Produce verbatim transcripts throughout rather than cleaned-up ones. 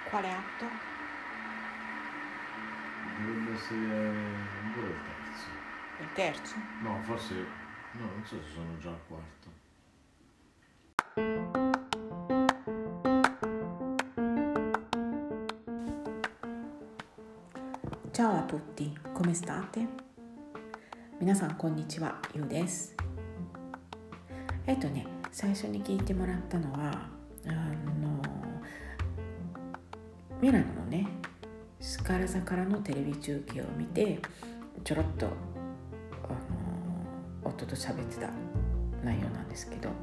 Qual è atto? Dovrebbe essere ancora il terzo. Il terzo? No, forse... No, non so se sono già al quarto. Ciao a tutti, come state? 皆さんこんにちは、ゆうです。えっとね、最初に聞いてもらったのはあのミラノのねスカラ座からのテレビ中継を見てちょろっとあの夫と喋ってた内容なんですけど、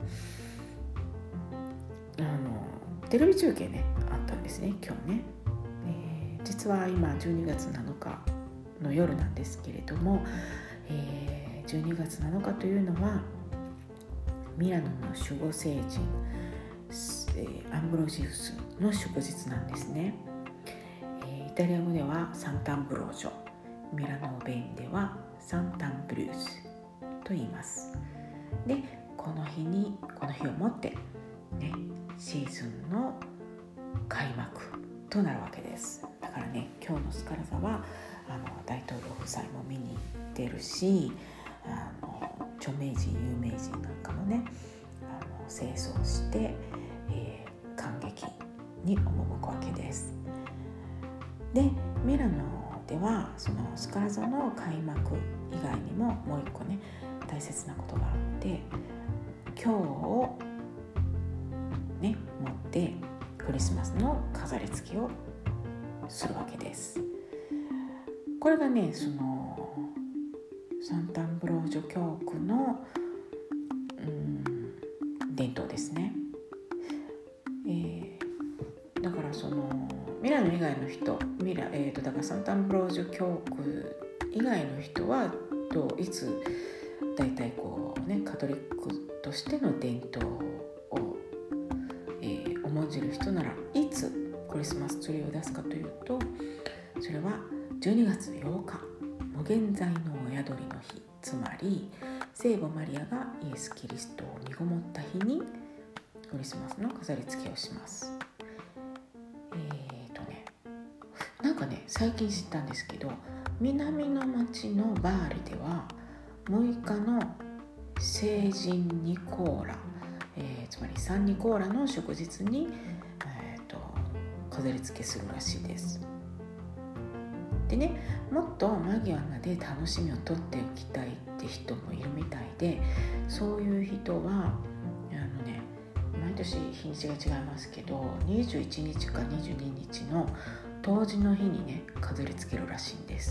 あのテレビ中継ねあったんですね今日ね、えー、実は今じゅうにがつなのかの夜なんですけれども、えー、じゅうにがつなのかというのはミラノの守護聖人、えー、アンブロジウスの祝日なんですね、えー、イタリア語ではサンタンブロージョ、ミラノ弁ではサンタンブルースと言います。で、この日にこの日をもってねシーズンの開幕となるわけです。だからね今日のスカラ座はあの大統領夫妻も見に行ってるし、あの著名人有名人なんかもねあの清掃して、えー、感激に赴くわけです。でミラノではそのスカラ座の開幕以外にももう一個ね大切なことがあって、今日をね持ってクリスマスの飾り付けをするわけです。これがねそのサンタンブロージョ教区の、うん、伝統ですね、えー、だからそのミラノ以外の人ミラ、えー、とだからサンタンブロージョ教区以外の人はどういつだいたいこうねカトリックとしての伝統を、えー、重んじる人ならいつクリスマスツリーを出すかというと、それはじゅうにがつようか無限罪のお宿りの日、つまり聖母マリアがイエス・キリストを身ごもった日にクリスマスの飾り付けをします。えーとねなんかね最近知ったんですけど、南の町のバーリではむいかの聖人ニコーラ、えー、つまりサンニコーラの祝日に、えーと飾り付けするらしいです。でね、もっと間際まで楽しみを取っておきたいって人もいるみたいで、そういう人はあのね毎年日にちが違いますけどにじゅういちにちかにじゅうににちの冬至の日にね飾り付けるらしいんです。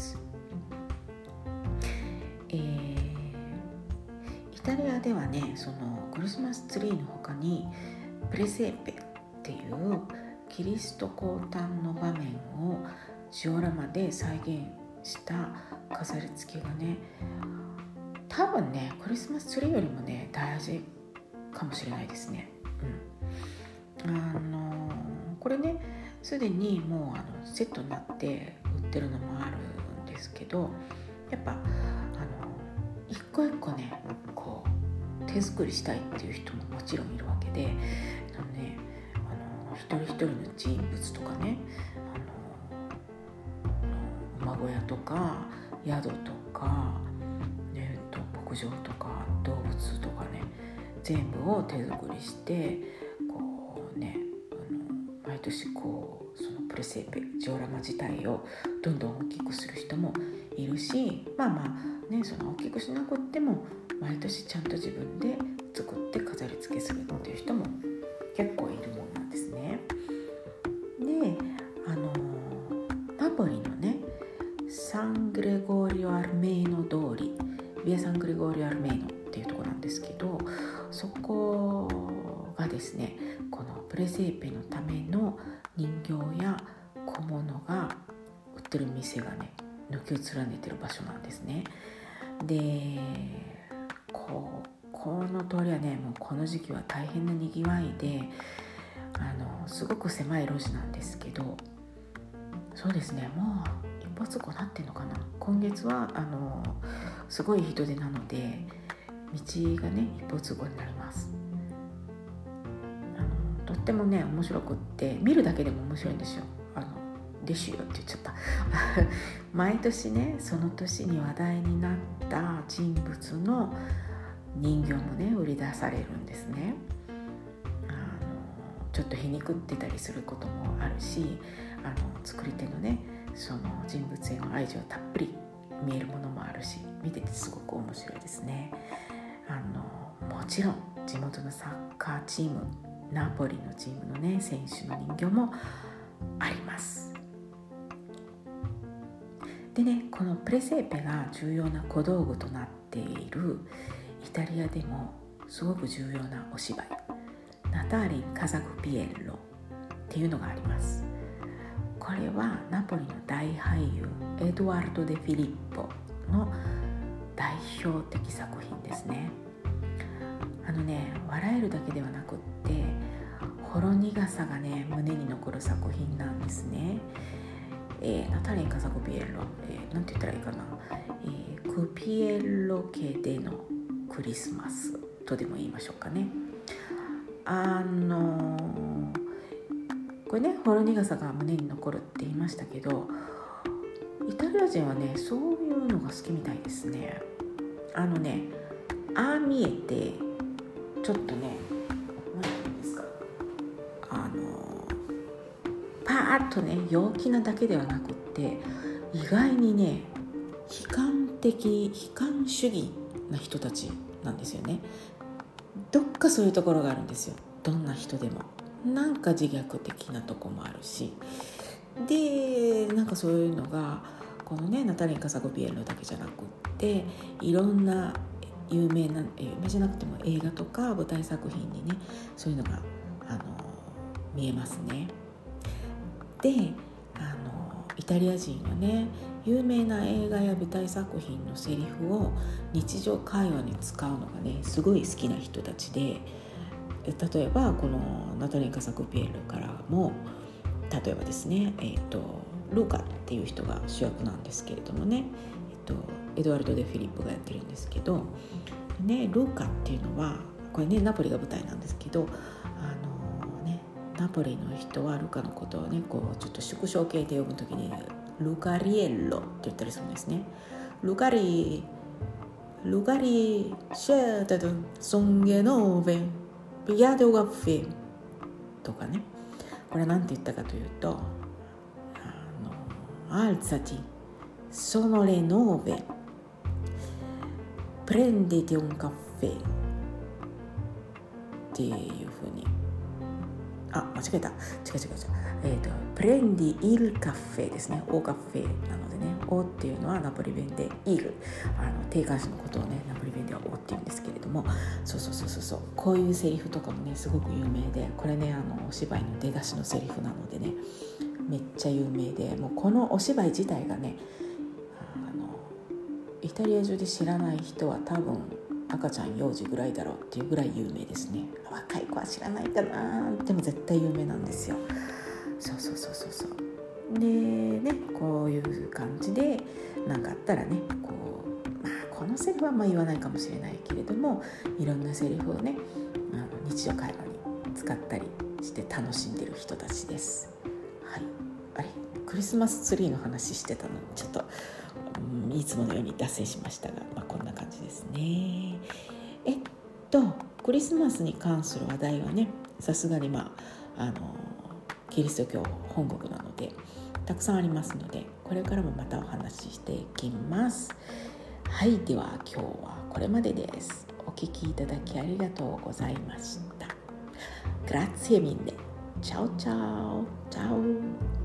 えー、イタリアではねそのクリスマスツリーの他にプレセーペっていうキリスト降誕の場面をジオラマで再現した飾り付けがね多分ねクリスマスツリーよりもね大事かもしれないですね、うん、あのこれねすでにもうあのセットになって売ってるのもあるんですけど、やっぱあの一個一個ねこう手作りしたいっていう人ももちろんいるわけで、あのねあの一人一人の人物とかね馬小屋とか宿とか、ね、と牧場とか動物とかね全部を手作りしてこうねあの毎年こうそのプレセーペジオラマ自体をどんどん大きくする人もいるし、まあまあねその大きくしなくっても毎年ちゃんと自分で作って飾り付けするっていう人も結構いるもんなんですね。であのナポリのねサングレゴリオ・アルメーノ通り、ビア・サングレゴリオ・アルメーノっていうところなんですけど、そこがですねこのプレセーペのための人形や小物が売ってる店がね軒を連ねてる場所なんですね。でここの通りはねもうこの時期は大変なにぎわいで、あのすごく狭い路地なんですけど、そうですねもう一方通行になってんのかな。今月はあのすごい人出なので道がね一方通行になります。あのとってもね面白くって見るだけでも面白いんですよ。 ですよって言っちゃった毎年ねその年に話題になった人物の人形もね売り出されるんですね。あのちょっと皮肉ってたりすることもあるし、あの作り手のねその人物への愛情たっぷり見えるものもあるし、見ててすごく面白いですね。あのもちろん地元のサッカーチーム、ナポリのチームのね選手の人形もあります。でね、このプレセーペが重要な小道具となっているイタリアでもすごく重要なお芝居、ナターリン・カザクピエッロっていうのがあります。これはナポリの大俳優エドワルド・デ・フィリッポの代表的作品ですね。あのね、笑えるだけではなくってほろ苦さがね胸に残る作品なんですね。えー、ナタリン・カザクピエッロ、えー、なんて言ったらいいかな、えー、クピエッロ家でのクリスマスとでも言いましょうかね。あのーこれね、ほろ苦さが胸に残るって言いましたけど、イタリア人はねそういうのが好きみたいですね。あのね、ああ見えてちょっとね、何て言うんですか、あのパーッとね陽気なだけではなくって、意外にね悲観的悲観主義な人たちなんですよね。どっかそういうところがあるんですよ。どんな人でもなんか自虐的なとこもあるし、でなんかそういうのがこのねナタリン・カザクピエッロだけじゃなくっていろんな有名な有名じゃなくても映画とか舞台作品にねそういうのがあの見えますね。であのイタリア人はね有名な映画や舞台作品のセリフを日常会話に使うのがねすごい好きな人たちで、例えばこのナタリン・カザクピエッロからも例えばですね、えーと、ルーカっていう人が主役なんですけれどもね、えーと、エドワルド・デ・フィリップがやってるんですけど、ね、ルーカっていうのはこれねナポリが舞台なんですけど、あのーね、ナポリの人はルカのことをねこうちょっと縮小形で呼ぶときにルカリエッロって言ったりするんですね。ルカリルカリシェータドソンゲノーベピアドガフェとかね、これなんて言ったかというと、あのアルツァティソノレノーベプレンデテオンカフェっていうふうに、あ間違えた違う違う違うえーとプレンディイルカフェですね。オーカフェなのでね、オーっていうのはナポリ弁でイル、あの定冠詞のことをねナポリ弁ではオーって言うんですけれども、そうそうそうそうそう、こういうセリフとかもねすごく有名で、これねあのお芝居の出だしのセリフなのでねめっちゃ有名で、もうこのお芝居自体がねあのイタリア中で知らない人は多分赤ちゃん幼児ぐらいだろうっていうぐらい有名ですね。若い子は知らないかな、でも絶対有名なんですよ。そうそうそうそうそうでね、こういう感じで何かあったらねこう、まあ、このセリフはまあ言わないかもしれないけれども、いろんなセリフをねあの日常会話に使ったりして楽しんでる人たちです。はい、あれクリスマスツリーの話してたのにちょっと、うん、いつものように脱線しましたが、まあ、こんな感じですね。えっとクリスマスに関する話題はねさすがにまああのキリスト教本国なのでたくさんありますので、これからもまたお話ししていきます。はい、では今日はこれまでです。お聞きいただきありがとうございました。Grazie mille. Ciao ciao. Ciao.